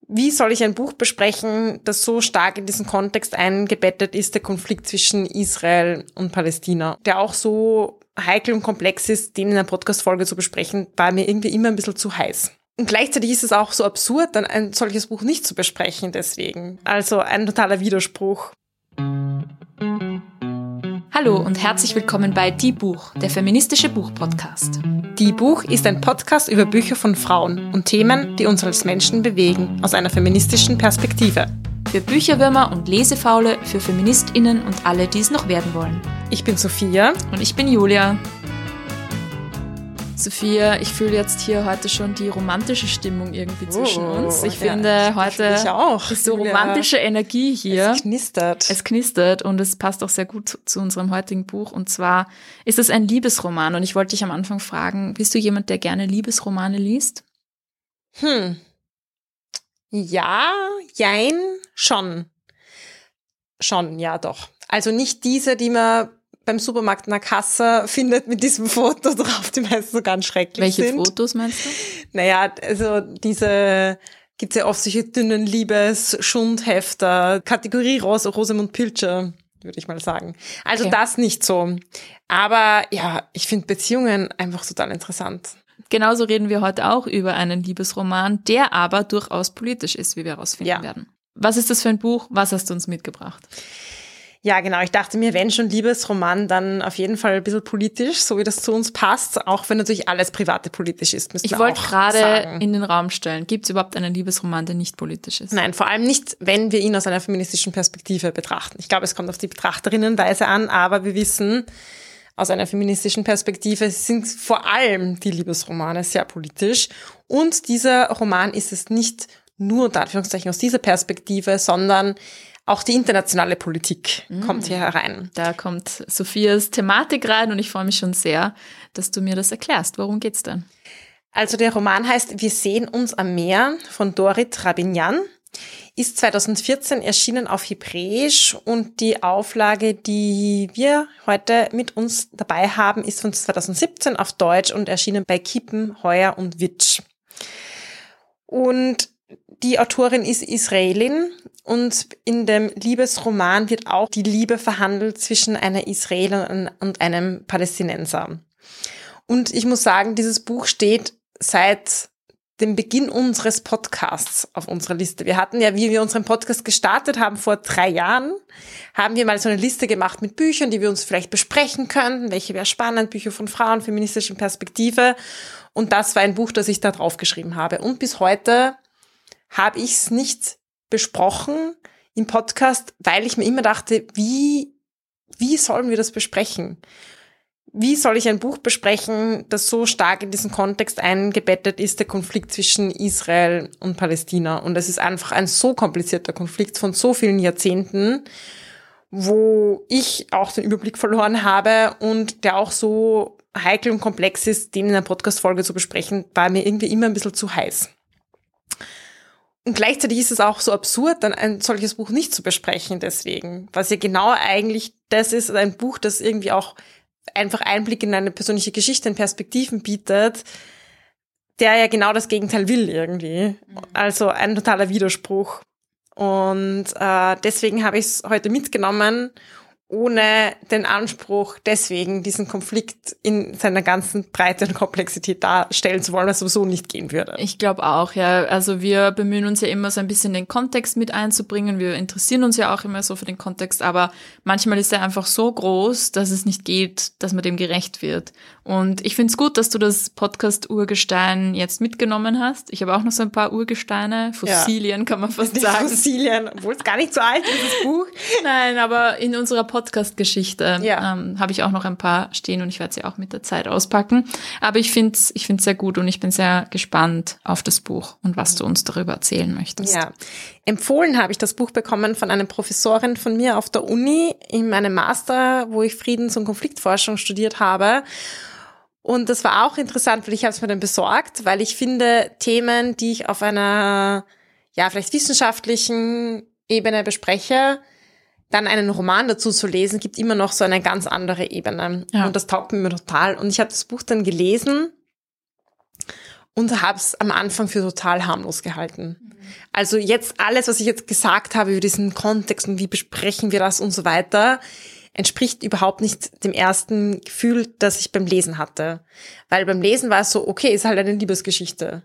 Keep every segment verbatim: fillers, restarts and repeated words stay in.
Wie soll ich ein Buch besprechen, das so stark in diesen Kontext eingebettet ist, der Konflikt zwischen Israel und Palästina, der auch so heikel und komplex ist, den in einer Podcast-Folge zu besprechen, war mir irgendwie immer ein bisschen zu heiß. Und gleichzeitig ist es auch so absurd, dann ein solches Buch nicht zu besprechen deswegen. Also ein totaler Widerspruch. Hallo und herzlich willkommen bei Die Buch, der feministische Buch-Podcast. Die Buch ist ein Podcast über Bücher von Frauen und Themen, die uns als Menschen bewegen, aus einer feministischen Perspektive. Für Bücherwürmer und Lesefaule, für FeministInnen und alle, die es noch werden wollen. Ich bin Sophia. Und ich bin Julia. Sophia, ich fühle jetzt hier heute schon die romantische Stimmung irgendwie zwischen oh, uns. Ich ja, finde, heute ich auch. ist so romantische Energie hier. Es knistert. Es knistert und es passt auch sehr gut zu unserem heutigen Buch. Und zwar ist es ein Liebesroman. Und ich wollte dich am Anfang fragen, bist du jemand, der gerne Liebesromane liest? Hm. Ja, jein, schon. Schon, ja doch. Also nicht diese, die man beim Supermarkt in der Kasse findet mit diesem Foto drauf, die meistens so ganz schrecklich Welche sind. Welche Fotos meinst du? Naja, also diese, gibt's ja oft solche dünnen Liebes-Schundhefter, Kategorie Ros- Rosamund Pilcher, würde ich mal sagen. Also okay. Das nicht so. Aber ja, ich finde Beziehungen einfach total interessant. Genauso reden wir heute auch über einen Liebesroman, der aber durchaus politisch ist, wie wir herausfinden ja. werden. Was ist das für ein Buch? Was hast du uns mitgebracht? Ja, genau. Ich dachte mir, wenn schon Liebesroman, dann auf jeden Fall ein bisschen politisch, so wie das zu uns passt, auch wenn natürlich alles Private politisch ist, müssen wir auch sagen. Ich wollte gerade in den Raum stellen, gibt es überhaupt einen Liebesroman, der nicht politisch ist? Nein, vor allem nicht, wenn wir ihn aus einer feministischen Perspektive betrachten. Ich glaube, es kommt auf die Betrachterinnenweise an, aber wir wissen, aus einer feministischen Perspektive sind vor allem die Liebesromane sehr politisch. Und dieser Roman ist es nicht nur unter Anführungszeichen aus dieser Perspektive, sondern auch die internationale Politik mm. kommt hier herein. Da kommt Sophias Thematik rein und ich freue mich schon sehr, dass du mir das erklärst. Worum geht's denn? Also der Roman heißt Wir sehen uns am Meer von Dorit Rabinyan, ist zweitausendvierzehn erschienen auf Hebräisch und die Auflage, die wir heute mit uns dabei haben, ist von zweitausendsiebzehn auf Deutsch und erschienen bei Kippen, Heuer und Witsch. Und die Autorin ist Israelin und in dem Liebesroman wird auch die Liebe verhandelt zwischen einer Israelin und einem Palästinenser. Und ich muss sagen, dieses Buch steht seit dem Beginn unseres Podcasts auf unserer Liste. Wir hatten ja, wie wir unseren Podcast gestartet haben vor drei Jahren, haben wir mal so eine Liste gemacht mit Büchern, die wir uns vielleicht besprechen könnten. Welche wäre spannend? Bücher von Frauen, feministischen Perspektive. Und das war ein Buch, das ich da draufgeschrieben habe. Und bis heute habe ich es nicht besprochen im Podcast, weil ich mir immer dachte, wie, wie sollen wir das besprechen? Wie soll ich ein Buch besprechen, das so stark in diesen Kontext eingebettet ist, der Konflikt zwischen Israel und Palästina? Und es ist einfach ein so komplizierter Konflikt von so vielen Jahrzehnten, wo ich auch den Überblick verloren habe und der auch so heikel und komplex ist, den in einer Podcast-Folge zu besprechen, war mir irgendwie immer ein bisschen zu heiß. Und gleichzeitig ist es auch so absurd, dann ein solches Buch nicht zu besprechen deswegen. Was ja genau eigentlich das ist, ein Buch, das irgendwie auch einfach Einblick in eine persönliche Geschichte, in Perspektiven bietet, der ja genau das Gegenteil will irgendwie. Also ein totaler Widerspruch. Und äh, deswegen habe ich es heute mitgenommen, ohne den Anspruch, deswegen diesen Konflikt in seiner ganzen Breite und Komplexität darstellen zu wollen, was sowieso nicht gehen würde. Ich glaube auch, ja. Also wir bemühen uns ja immer so ein bisschen den Kontext mit einzubringen. Wir interessieren uns ja auch immer so für den Kontext, aber manchmal ist er einfach so groß, dass es nicht geht, dass man dem gerecht wird. Und ich finde es gut, dass du das Podcast-Urgestein jetzt mitgenommen hast. Ich habe auch noch so ein paar Urgesteine, Fossilien ja. kann man fast Die sagen. Fossilien, obwohl es gar nicht so alt ist, das Buch. Nein, aber in unserer Podcast-Geschichte ja. ähm, habe ich auch noch ein paar stehen und ich werde sie auch mit der Zeit auspacken. Aber ich finde es ich find's sehr gut und ich bin sehr gespannt auf das Buch und was du uns darüber erzählen möchtest. Ja, empfohlen habe ich das Buch bekommen von einer Professorin von mir auf der Uni in meinem Master, wo ich Friedens- und Konfliktforschung studiert habe. Und das war auch interessant, weil ich habe es mir dann besorgt, weil ich finde, Themen, die ich auf einer, ja, vielleicht wissenschaftlichen Ebene bespreche, dann einen Roman dazu zu lesen, gibt immer noch so eine ganz andere Ebene. Ja. Und das taugt mir total. Und ich habe das Buch dann gelesen und habe es am Anfang für total harmlos gehalten. Mhm. Also jetzt alles, was ich jetzt gesagt habe über diesen Kontext und wie besprechen wir das und so weiter, entspricht überhaupt nicht dem ersten Gefühl, das ich beim Lesen hatte. Weil beim Lesen war es so, okay, ist halt eine Liebesgeschichte.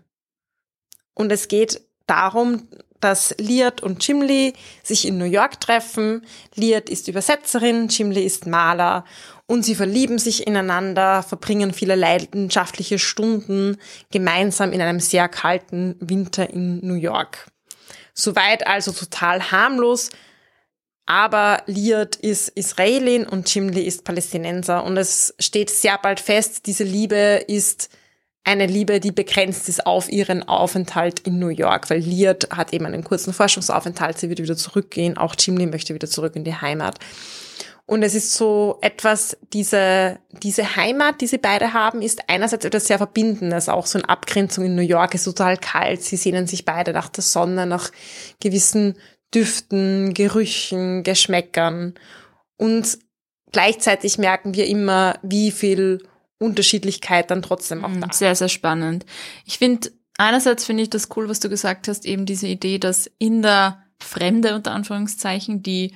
Und es geht darum, dass Liat und Chimli sich in New York treffen. Liat ist Übersetzerin, Chimli ist Maler und sie verlieben sich ineinander, verbringen viele leidenschaftliche Stunden gemeinsam in einem sehr kalten Winter in New York. Soweit also total harmlos, aber Liat ist Israelin und Chimli ist Palästinenser und es steht sehr bald fest, diese Liebe ist eine Liebe, die begrenzt ist auf ihren Aufenthalt in New York, weil Liat hat eben einen kurzen Forschungsaufenthalt, sie wird wieder zurückgehen, auch Chimli möchte wieder zurück in die Heimat. Und es ist so etwas, diese, diese Heimat, die sie beide haben, ist einerseits etwas sehr Verbindendes, auch so in Abgrenzung in New York, ist total kalt, sie sehnen sich beide nach der Sonne, nach gewissen Düften, Gerüchen, Geschmäckern und gleichzeitig merken wir immer, wie viel Unterschiedlichkeit dann trotzdem auch da. Sehr, sehr spannend. Ich finde, einerseits finde ich das cool, was du gesagt hast, eben diese Idee, dass in der Fremde, unter Anführungszeichen, die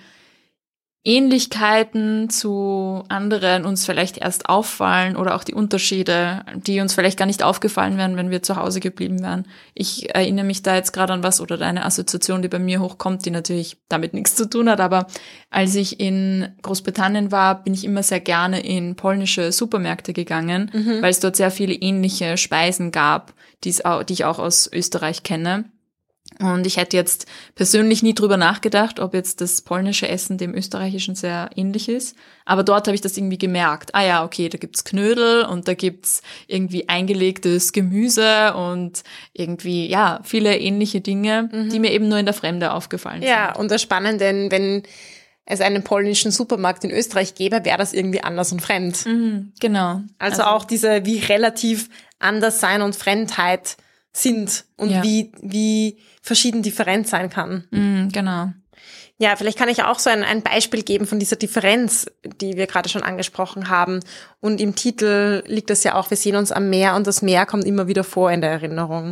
Ähnlichkeiten zu anderen uns vielleicht erst auffallen oder auch die Unterschiede, die uns vielleicht gar nicht aufgefallen wären, wenn wir zu Hause geblieben wären. Ich erinnere mich da jetzt gerade an was oder eine Assoziation, die bei mir hochkommt, die natürlich damit nichts zu tun hat, aber als ich in Großbritannien war, bin ich immer sehr gerne in polnische Supermärkte gegangen, mhm. weil es dort sehr viele ähnliche Speisen gab, die ich auch aus Österreich kenne. Und ich hätte jetzt persönlich nie drüber nachgedacht, ob jetzt das polnische Essen dem österreichischen sehr ähnlich ist. Aber dort habe ich das irgendwie gemerkt. Ah ja, okay, da gibt's Knödel und da gibt's irgendwie eingelegtes Gemüse und irgendwie, ja, viele ähnliche Dinge, mhm. die mir eben nur in der Fremde aufgefallen sind. Ja, und das Spannende, wenn es einen polnischen Supermarkt in Österreich gäbe, wäre das irgendwie anders und fremd. Mhm, genau. Also, also auch diese, wie relativ Anderssein und Fremdheit sind und ja. wie wie verschieden Differenz sein kann. Mm, genau. Ja, vielleicht kann ich auch so ein, ein Beispiel geben von dieser Differenz, die wir gerade schon angesprochen haben. Und im Titel liegt das ja auch, wir sehen uns am Meer und das Meer kommt immer wieder vor in der Erinnerung.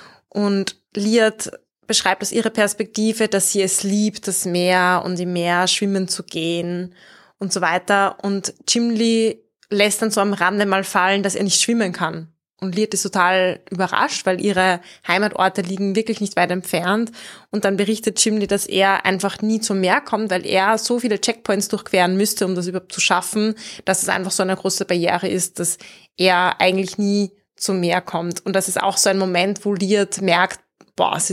Und Liat beschreibt aus ihrer Perspektive, dass sie es liebt, das Meer und im Meer schwimmen zu gehen und so weiter. Und Chimli lässt dann so am Rande mal fallen, dass er nicht schwimmen kann. Und Liat ist total überrascht, weil ihre Heimatorte liegen wirklich nicht weit entfernt. Und dann berichtet Chimli, dass er einfach nie zum Meer kommt, weil er so viele Checkpoints durchqueren müsste, um das überhaupt zu schaffen, dass es einfach so eine große Barriere ist, dass er eigentlich nie zum Meer kommt. Und das ist auch so ein Moment, wo Liat merkt, boah, sie,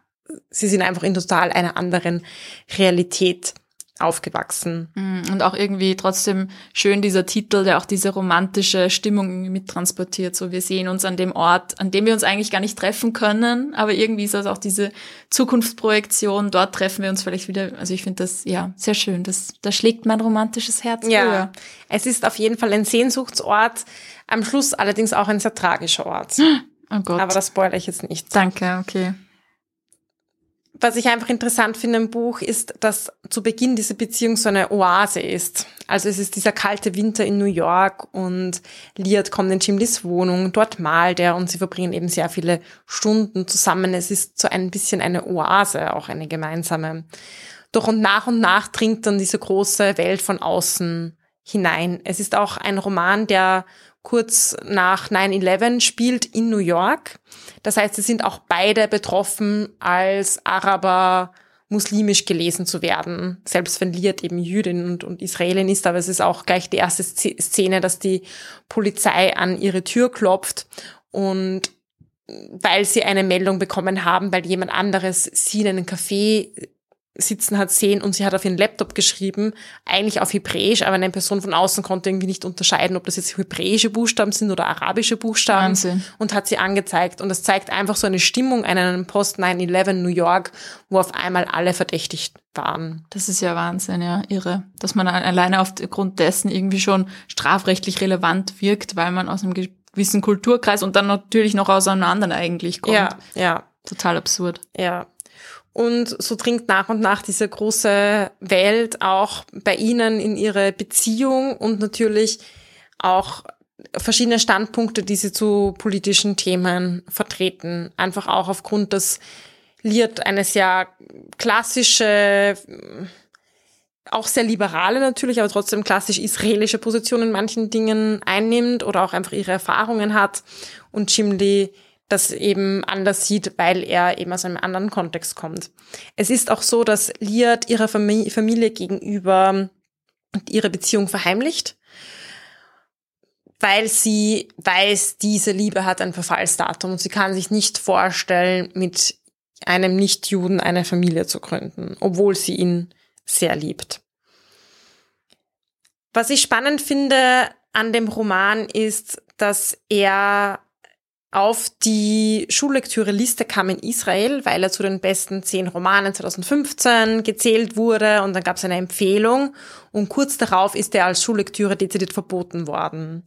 sie sind einfach in total einer anderen Realität aufgewachsen. Und auch irgendwie trotzdem schön dieser Titel, der auch diese romantische Stimmung mittransportiert. So, wir sehen uns an dem Ort, an dem wir uns eigentlich gar nicht treffen können, aber irgendwie ist das auch diese Zukunftsprojektion. Dort treffen wir uns vielleicht wieder. Also ich finde das, ja, sehr schön. Das, da schlägt mein romantisches Herz ja, höher. Es ist auf jeden Fall ein Sehnsuchtsort, am Schluss allerdings auch ein sehr tragischer Ort. Oh Gott. Aber das spoilere ich jetzt nicht. Danke, okay. Was ich einfach interessant finde im Buch ist, dass zu Beginn diese Beziehung so eine Oase ist. Also es ist dieser kalte Winter in New York und Liat kommt in Chimlis Wohnung, dort malt er und sie verbringen eben sehr viele Stunden zusammen. Es ist so ein bisschen eine Oase, auch eine gemeinsame. Doch und nach und nach dringt dann diese große Welt von außen hinein. Es ist auch ein Roman, der kurz nach nine eleven spielt in New York. Das heißt, sie sind auch beide betroffen, als Araber muslimisch gelesen zu werden. Selbst wenn Liat eben Jüdin und, und Israelin ist, aber es ist auch gleich die erste Szene, dass die Polizei an ihre Tür klopft und weil sie eine Meldung bekommen haben, weil jemand anderes sie in einem Café sitzen hat sehen und sie hat auf ihren Laptop geschrieben, eigentlich auf Hebräisch, aber eine Person von außen konnte irgendwie nicht unterscheiden, ob das jetzt hebräische Buchstaben sind oder arabische Buchstaben. Wahnsinn. Und hat sie angezeigt. Und das zeigt einfach so eine Stimmung in einem Post nine eleven New York, wo auf einmal alle verdächtigt waren. Das ist ja Wahnsinn, ja, irre. Dass man alleine aufgrund dessen irgendwie schon strafrechtlich relevant wirkt, weil man aus einem gewissen Kulturkreis und dann natürlich noch aus einem anderen eigentlich kommt. Ja, ja. Total absurd. Ja. Und so dringt nach und nach diese große Welt auch bei ihnen in ihre Beziehung und natürlich auch verschiedene Standpunkte, die sie zu politischen Themen vertreten. Einfach auch aufgrund, dass Liat eine sehr klassische, auch sehr liberale natürlich, aber trotzdem klassisch israelische Position in manchen Dingen einnimmt oder auch einfach ihre Erfahrungen hat und Shimli das eben anders sieht, weil er eben aus einem anderen Kontext kommt. Es ist auch so, dass Liat ihrer Familie gegenüber ihre Beziehung verheimlicht, weil sie weiß, diese Liebe hat ein Verfallsdatum und sie kann sich nicht vorstellen, mit einem Nichtjuden eine Familie zu gründen, obwohl sie ihn sehr liebt. Was ich spannend finde an dem Roman ist, dass er auf die Schullektüre-Liste kam in Israel, weil er zu den besten zehn Romanen zwanzig fünfzehn gezählt wurde und dann gab es eine Empfehlung und kurz darauf ist er als Schullektüre dezidiert verboten worden.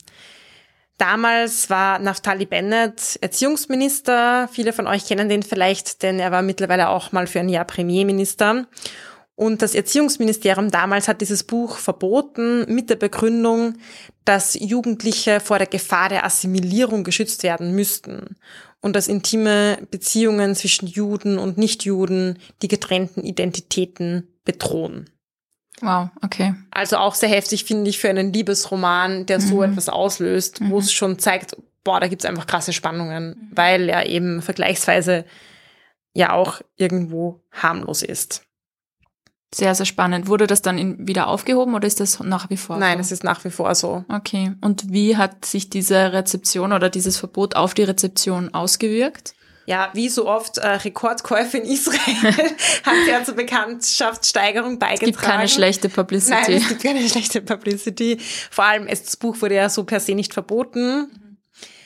Damals war Naftali Bennett Erziehungsminister, viele von euch kennen den vielleicht, denn er war mittlerweile auch mal für ein Jahr Premierminister. Und das Erziehungsministerium damals hat dieses Buch verboten mit der Begründung, dass Jugendliche vor der Gefahr der Assimilierung geschützt werden müssten und dass intime Beziehungen zwischen Juden und Nichtjuden die getrennten Identitäten bedrohen. Wow, okay. Also auch sehr heftig, finde ich, für einen Liebesroman, der so mhm. etwas auslöst, mhm. wo es schon zeigt, boah, da gibt's einfach krasse Spannungen, mhm. weil er eben vergleichsweise ja auch irgendwo harmlos ist. Sehr, sehr spannend. Wurde das dann in, wieder aufgehoben oder ist das nach wie vor Nein, so? es ist nach wie vor so. Okay. Und wie hat sich diese Rezeption oder dieses Verbot auf die Rezeption ausgewirkt? Ja, wie so oft äh, Rekordkäufe in Israel hat ja zur Bekanntschaftssteigerung beigetragen. Es gibt keine schlechte Publicity. Nein, es gibt keine schlechte Publicity. Vor allem, es, das Buch wurde ja so per se nicht verboten, mhm.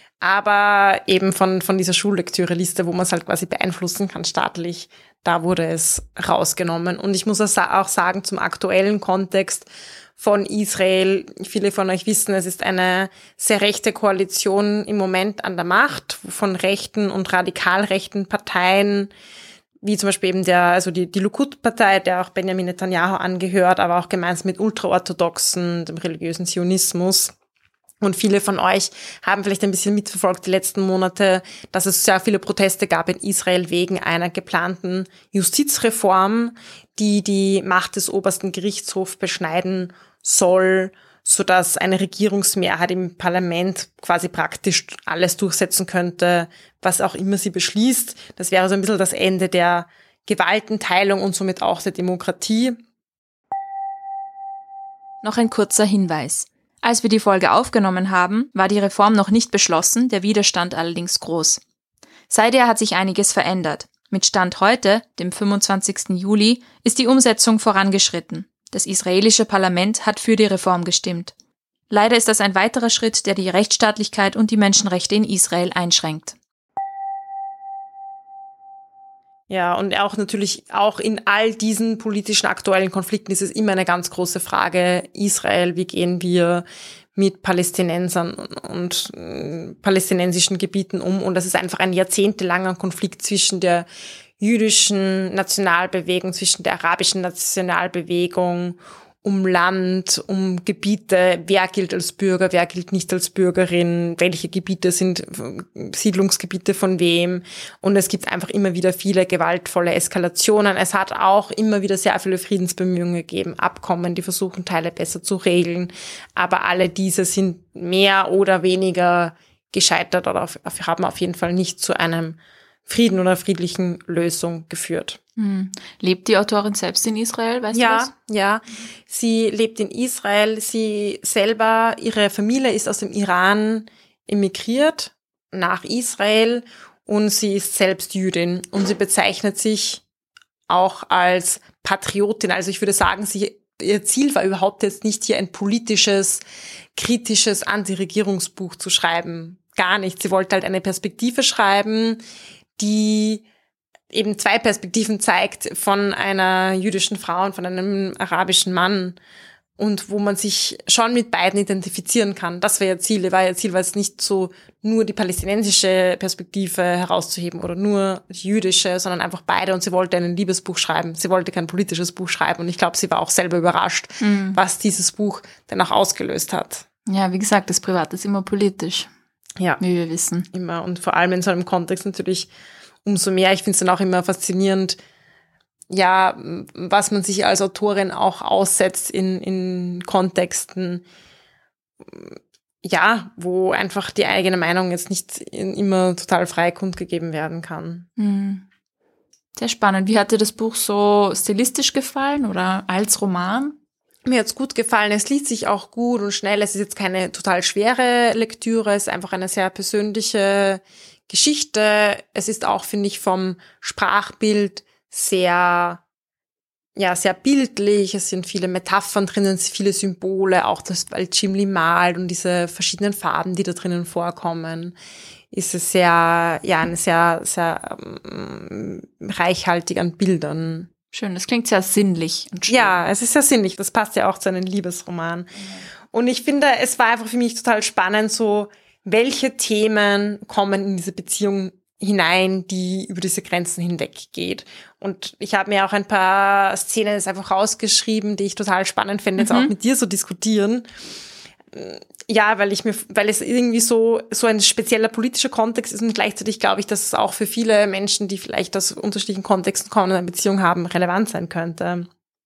aber eben von von dieser Schullektüre-Liste, wo man es halt quasi beeinflussen kann staatlich, da wurde es rausgenommen. Und ich muss auch sagen, zum aktuellen Kontext von Israel, viele von euch wissen, es ist eine sehr rechte Koalition im Moment an der Macht von rechten und radikal rechten Parteien, wie zum Beispiel eben der, also die, die Likud-Partei, der auch Benjamin Netanyahu angehört, aber auch gemeinsam mit Ultraorthodoxen, dem religiösen Zionismus. Und viele von euch haben vielleicht ein bisschen mitverfolgt die letzten Monate, dass es sehr viele Proteste gab in Israel wegen einer geplanten Justizreform, die die Macht des obersten Gerichtshofs beschneiden soll, sodass eine Regierungsmehrheit im Parlament quasi praktisch alles durchsetzen könnte, was auch immer sie beschließt. Das wäre so ein bisschen das Ende der Gewaltenteilung und somit auch der Demokratie. Noch ein kurzer Hinweis. Als wir die Folge aufgenommen haben, war die Reform noch nicht beschlossen, der Widerstand allerdings groß. Seither hat sich einiges verändert. Mit Stand heute, dem fünfundzwanzigsten Juli, ist die Umsetzung vorangeschritten. Das israelische Parlament hat für die Reform gestimmt. Leider ist das ein weiterer Schritt, der die Rechtsstaatlichkeit und die Menschenrechte in Israel einschränkt. Ja, und auch natürlich auch in all diesen politischen aktuellen Konflikten ist es immer eine ganz große Frage, Israel, wie gehen wir mit Palästinensern und äh, palästinensischen Gebieten um? Und das ist einfach ein jahrzehntelanger Konflikt zwischen der jüdischen Nationalbewegung, zwischen der arabischen Nationalbewegung, um Land, um Gebiete, wer gilt als Bürger, wer gilt nicht als Bürgerin, welche Gebiete sind Siedlungsgebiete von wem. Und es gibt einfach immer wieder viele gewaltvolle Eskalationen. Es hat auch immer wieder sehr viele Friedensbemühungen gegeben, Abkommen, die versuchen, Teile besser zu regeln. Aber alle diese sind mehr oder weniger gescheitert oder auf, haben auf jeden Fall nicht zu einem Frieden oder friedlichen Lösung geführt. Hm. Lebt die Autorin selbst in Israel, weißt ja, du das? Ja, sie lebt in Israel. Sie selber, ihre Familie ist aus dem Iran emigriert nach Israel und sie ist selbst Jüdin und sie bezeichnet sich auch als Patriotin. Also ich würde sagen, sie, ihr Ziel war überhaupt jetzt nicht hier ein politisches, kritisches Anti-Regierungsbuch zu schreiben. Gar nicht. Sie wollte halt eine Perspektive schreiben, die eben zwei Perspektiven zeigt von einer jüdischen Frau und von einem arabischen Mann und wo man sich schon mit beiden identifizieren kann. Das war ihr Ziel. War ihr Ziel war es nicht so, nur die palästinensische Perspektive herauszuheben oder nur die jüdische, sondern einfach beide. Und sie wollte ein Liebesbuch schreiben. Sie wollte kein politisches Buch schreiben. Und ich glaube, sie war auch selber überrascht, mhm. was dieses Buch dann auch ausgelöst hat. Ja, wie gesagt, das Private ist immer politisch. Ja. Wie wir wissen. Immer. Und vor allem in so einem Kontext natürlich umso mehr. Ich finde es dann auch immer faszinierend, ja, was man sich als Autorin auch aussetzt in, in Kontexten, ja, wo einfach die eigene Meinung jetzt nicht immer total frei kundgegeben werden kann. Mhm. Sehr spannend. Wie hat dir das Buch so stilistisch gefallen oder als Roman? Mir hat's gut gefallen. Es liest sich auch gut und schnell. Es ist jetzt keine total schwere Lektüre. Es ist einfach eine sehr persönliche Geschichte. Es ist auch, finde ich, vom Sprachbild sehr, ja, sehr bildlich. Es sind viele Metaphern drinnen, viele Symbole. Auch das, weil Gimli malt und diese verschiedenen Farben, die da drinnen vorkommen, ist es sehr, ja, eine sehr, sehr ähm, reichhaltig an Bildern. Schön, das klingt sehr sinnlich und schön. Ja, es ist sehr sinnlich. Das passt ja auch zu einem Liebesroman. Mhm. Und ich finde, es war einfach für mich total spannend, so welche Themen kommen in diese Beziehung hinein, die über diese Grenzen hinweg geht. Und ich habe mir auch ein paar Szenen jetzt einfach rausgeschrieben, die ich total spannend finde, jetzt mhm. auch mit dir so diskutieren. Ja, weil ich mir, weil es irgendwie so, so ein spezieller politischer Kontext ist und gleichzeitig glaube ich, dass es auch für viele Menschen, die vielleicht aus unterschiedlichen Kontexten kommen und eine Beziehung haben, relevant sein könnte.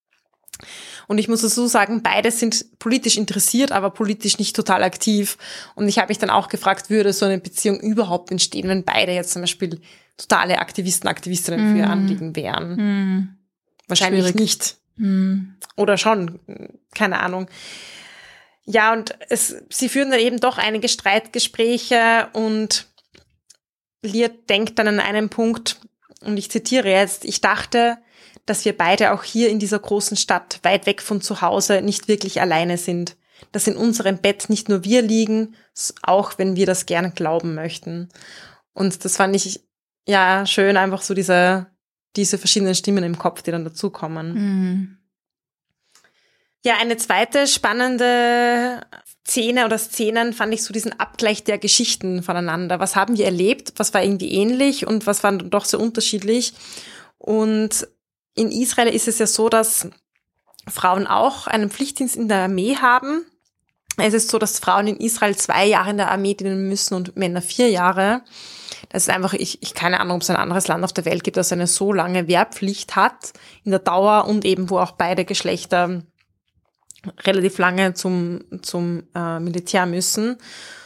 Und ich muss dazu sagen, beide sind politisch interessiert, aber politisch nicht total aktiv. Und ich habe mich dann auch gefragt, würde so eine Beziehung überhaupt entstehen, wenn beide jetzt zum Beispiel totale Aktivisten, Aktivistinnen für ihr Anliegen wären? Mm. Wahrscheinlich Schwierig. nicht. Mm. Oder schon, keine Ahnung. Ja, und es, sie führen dann eben doch einige Streitgespräche und Lear denkt dann an einen Punkt, und ich zitiere jetzt, ich dachte, dass wir beide auch hier in dieser großen Stadt, weit weg von zu Hause, nicht wirklich alleine sind. Dass in unserem Bett nicht nur wir liegen, auch wenn wir das gerne glauben möchten. Und das fand ich, ja, schön, einfach so diese, diese verschiedenen Stimmen im Kopf, die dann dazukommen. Mhm. Ja, eine zweite spannende Szene oder Szenen fand ich so diesen Abgleich der Geschichten voneinander. Was haben wir erlebt? Was war irgendwie ähnlich und was war doch so unterschiedlich? Und in Israel ist es ja so, dass Frauen auch einen Pflichtdienst in der Armee haben. Es ist so, dass Frauen in Israel zwei Jahre in der Armee dienen müssen und Männer vier Jahre. Das ist einfach, ich, ich keine Ahnung, ob es ein anderes Land auf der Welt gibt, das eine so lange Wehrpflicht hat in der Dauer und eben wo auch beide Geschlechter relativ lange zum zum äh, Militär müssen.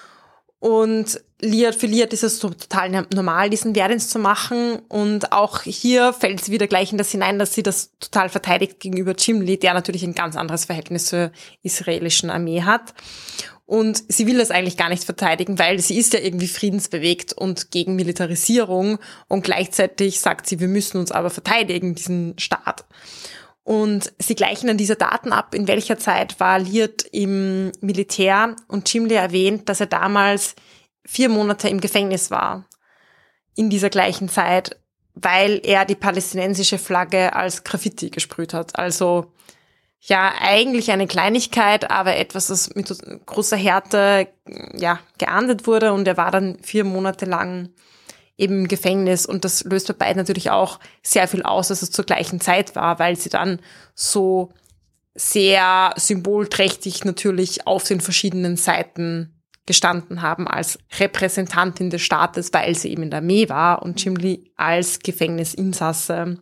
Und Lear, für Lear ist es so total normal, diesen Wehrdienst zu machen. Und auch hier fällt sie wieder gleich in das hinein, dass sie das total verteidigt gegenüber Gimli, der natürlich ein ganz anderes Verhältnis zur israelischen Armee hat. Und sie will das eigentlich gar nicht verteidigen, weil sie ist ja irgendwie friedensbewegt und gegen Militarisierung. Und gleichzeitig sagt sie, wir müssen uns aber verteidigen, diesen Staat. Und sie gleichen dann diese Daten ab, in welcher Zeit war Lear im Militär, und Gimli erwähnt, dass er damals vier Monate im Gefängnis war, in dieser gleichen Zeit, weil er die palästinensische Flagge als Graffiti gesprüht hat. Also ja, eigentlich eine Kleinigkeit, aber etwas, das mit großer Härte ja geahndet wurde, und er war dann vier Monate lang eben im Gefängnis, und das löst bei beiden natürlich auch sehr viel aus, dass es zur gleichen Zeit war, weil sie dann so sehr symbolträchtig natürlich auf den verschiedenen Seiten gestanden haben als Repräsentantin des Staates, weil sie eben in der Armee war und Gimli als Gefängnisinsasse.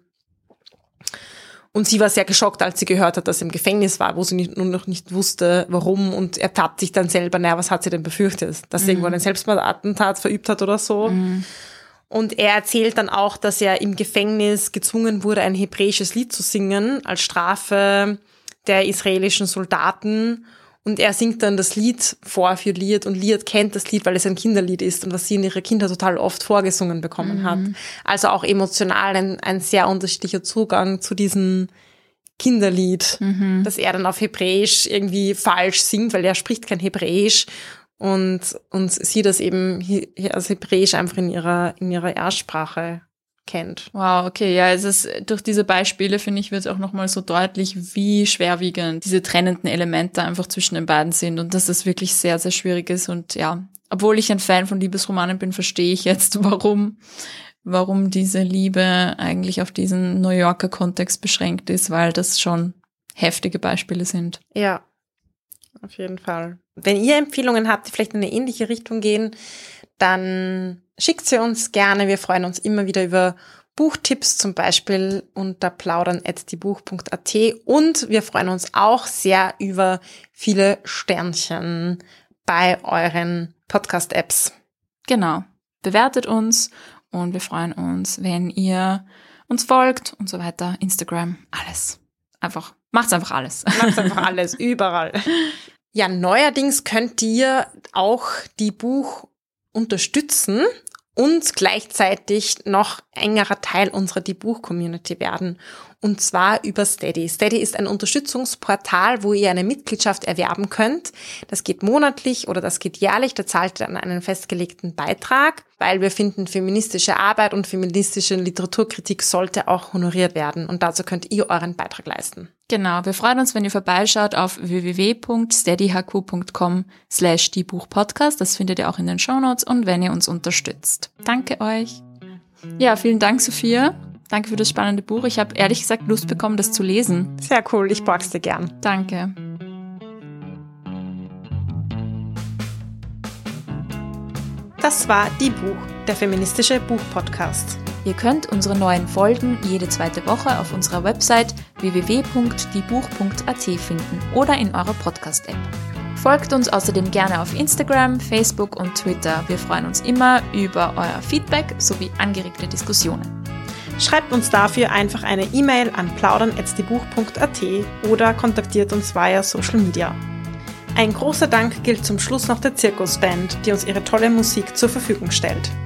Und sie war sehr geschockt, als sie gehört hat, dass er im Gefängnis war, wo sie nicht, nur noch nicht wusste, warum, und ertappt sich dann selber, naja, was hat sie denn befürchtet? Dass sie mhm. irgendwo einen Selbstmordattentat verübt hat oder so. Mhm. Und er erzählt dann auch, dass er im Gefängnis gezwungen wurde, ein hebräisches Lied zu singen, als Strafe der israelischen Soldaten. Und er singt dann das Lied vor für Lear, und Lear kennt das Lied, weil es ein Kinderlied ist und was sie in ihrer Kindheit total oft vorgesungen bekommen mhm. hat. Also auch emotional ein, ein sehr unterschiedlicher Zugang zu diesem Kinderlied, mhm. dass er dann auf Hebräisch irgendwie falsch singt, weil er spricht kein Hebräisch. Und, und sie das eben als Hebräisch einfach in ihrer, in ihrer Erstsprache kennt. Wow, okay, ja, es ist, durch diese Beispiele, finde ich, wird auch nochmal so deutlich, wie schwerwiegend diese trennenden Elemente einfach zwischen den beiden sind und dass das wirklich sehr, sehr schwierig ist. Und ja, obwohl ich ein Fan von Liebesromanen bin, verstehe ich jetzt, warum, warum diese Liebe eigentlich auf diesen New Yorker Kontext beschränkt ist, weil das schon heftige Beispiele sind. Ja, auf jeden Fall. Wenn ihr Empfehlungen habt, die vielleicht in eine ähnliche Richtung gehen, dann schickt sie uns gerne. Wir freuen uns immer wieder über Buchtipps, zum Beispiel unter plaudern at diebuch punkt at, und wir freuen uns auch sehr über viele Sternchen bei euren Podcast-Apps. Genau. Bewertet uns und wir freuen uns, wenn ihr uns folgt und so weiter. Instagram, alles. Einfach, macht's einfach alles. Macht's einfach alles, überall. Ja, neuerdings könnt ihr auch die Buch unterstützen und gleichzeitig noch engerer Teil unserer Die Buch-Community werden. Und zwar über Steady. Steady ist ein Unterstützungsportal, wo ihr eine Mitgliedschaft erwerben könnt. Das geht monatlich oder das geht jährlich. Da zahlt ihr dann einen festgelegten Beitrag, weil wir finden, feministische Arbeit und feministische Literaturkritik sollte auch honoriert werden. Und dazu könnt ihr euren Beitrag leisten. Genau, wir freuen uns, wenn ihr vorbeischaut auf w w w punkt steadyhq punkt com slash diebuchpodcast. Das findet ihr auch in den Shownotes und wenn ihr uns unterstützt. Danke euch. Ja, vielen Dank, Sophia. Danke für das spannende Buch. Ich habe ehrlich gesagt Lust bekommen, das zu lesen. Sehr cool, ich borg's dir gern. Danke. Das war Die Buch, der feministische Buchpodcast. Ihr könnt unsere neuen Folgen jede zweite Woche auf unserer Website w w w punkt diebuch punkt at finden oder in eurer Podcast-App. Folgt uns außerdem gerne auf Instagram, Facebook und Twitter. Wir freuen uns immer über euer Feedback sowie angeregte Diskussionen. Schreibt uns dafür einfach eine E-Mail an plaudern at diebuch punkt at oder kontaktiert uns via Social Media. Ein großer Dank gilt zum Schluss noch der Zirkusband, die uns ihre tolle Musik zur Verfügung stellt.